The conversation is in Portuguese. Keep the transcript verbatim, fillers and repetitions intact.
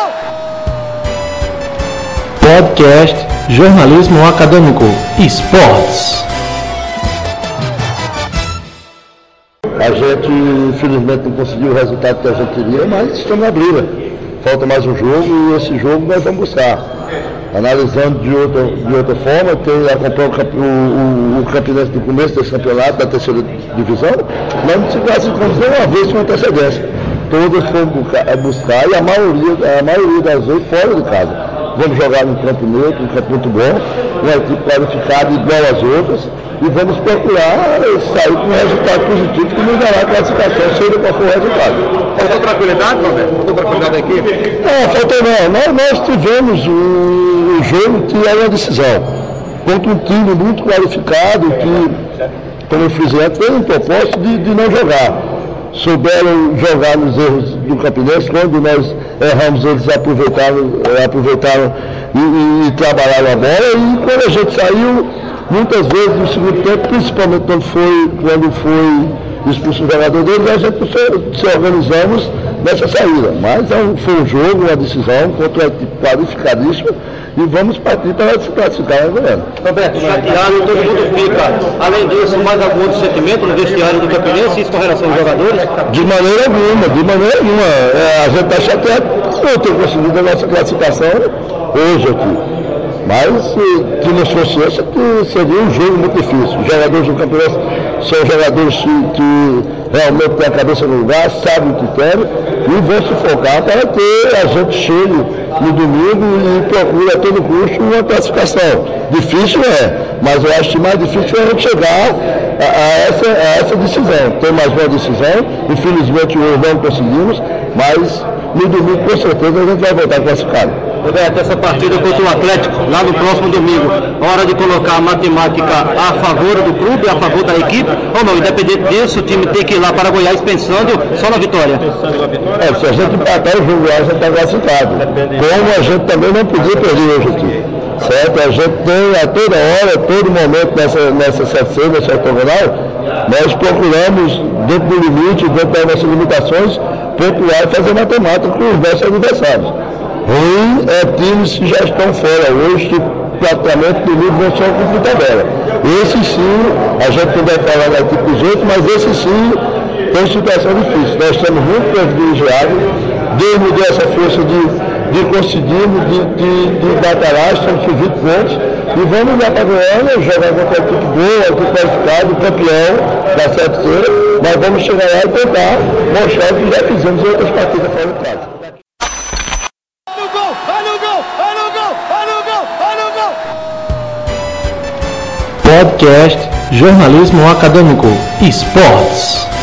Podcast Jornalismo Acadêmico Esportes. A gente, infelizmente, não conseguiu o resultado que a gente queria, mas estamos na briga. Falta mais um jogo e esse jogo nós vamos buscar. Analisando de outra, de outra forma, quem acompanha o, o, o Campinense do começo desse campeonato, da terceira divisão, nós não se classificamos uma vez com antecedência. Todas foram buscar e a maioria, a maioria das vezes fora de casa. Vamos jogar num campo neutro, um campo muito bom, uma equipe qualificada igual às outras, e vamos procurar sair com um resultado positivo que nos dará a classificação, seja qual for o resultado. Faltou tranquilidade, Roberto? Faltou tranquilidade da equipe? Não, faltou não. Nós, nós tivemos um jogo que era uma decisão, contra um time muito qualificado, que, como eu fiz antes, foi um propósito de, de não jogar. Souberam jogar nos erros do Campinense, quando nós erramos, eles aproveitaram, aproveitaram e, e, e trabalharam a bola, e quando a gente saiu, muitas vezes no segundo tempo, principalmente quando foi, quando foi expulso o jogador deles, a gente se, se organizamos nessa saída. Mas é um, foi um jogo, uma decisão contra uma equipe qualificadíssima, e vamos partir para se classificar agora. Roberto, chateado, todo mundo fica. Além disso, mais algum outro sentimento no vestiário do Campinense, isso com relação aos jogadores? De maneira alguma, de maneira alguma. É, a gente está chateado por não ter conseguido a nossa classificação hoje aqui. Mas se, se não fosse essa, que seria um jogo muito difícil. Os jogadores do Campinense são jogadores que, que realmente têm a cabeça no lugar, sabem o que querem e vão se focar para que a gente chegue no domingo e procure a todo custo uma classificação. Difícil é, mas eu acho que mais difícil é a gente chegar a, a, essa, a essa decisão. Tem mais uma decisão, infelizmente hoje não conseguimos, mas no domingo com certeza a gente vai voltar classificado. Roberto, essa partida contra o Atlético, lá no próximo domingo, hora de colocar a matemática a favor do clube, a favor da equipe, ou não, independente disso, o time tem que ir lá para Goiás pensando só na vitória? É, se a gente empatar o jogo, a gente está classificado. Como a gente também não podia perder hoje aqui. Certo? A gente tem a toda hora, a todo momento nessa, nessa Série C, nessa octogonal, nós procuramos, dentro do limite, dentro das nossas limitações, pontuar e fazer matemática com os nossos adversários. Ruim é times que já estão fora hoje, que praticamente no nível vão só cumprir tabela. Esse sim, a gente não vai falar da equipe dos outros, mas esse sim tem situação difícil. Nós estamos muito privilegiados, Deus nos deu essa força de, de conseguirmos, de, de, de batalhar, estamos com vinte pontos, e vamos lá para a Goiânia, jogar contra a equipe boa, a equipe qualificada, o campeão da Série C, mas vamos chegar lá e tentar mostrar o que já fizemos em outras partidas fora de casa. Podcast Jornalismo Acadêmico Esportes.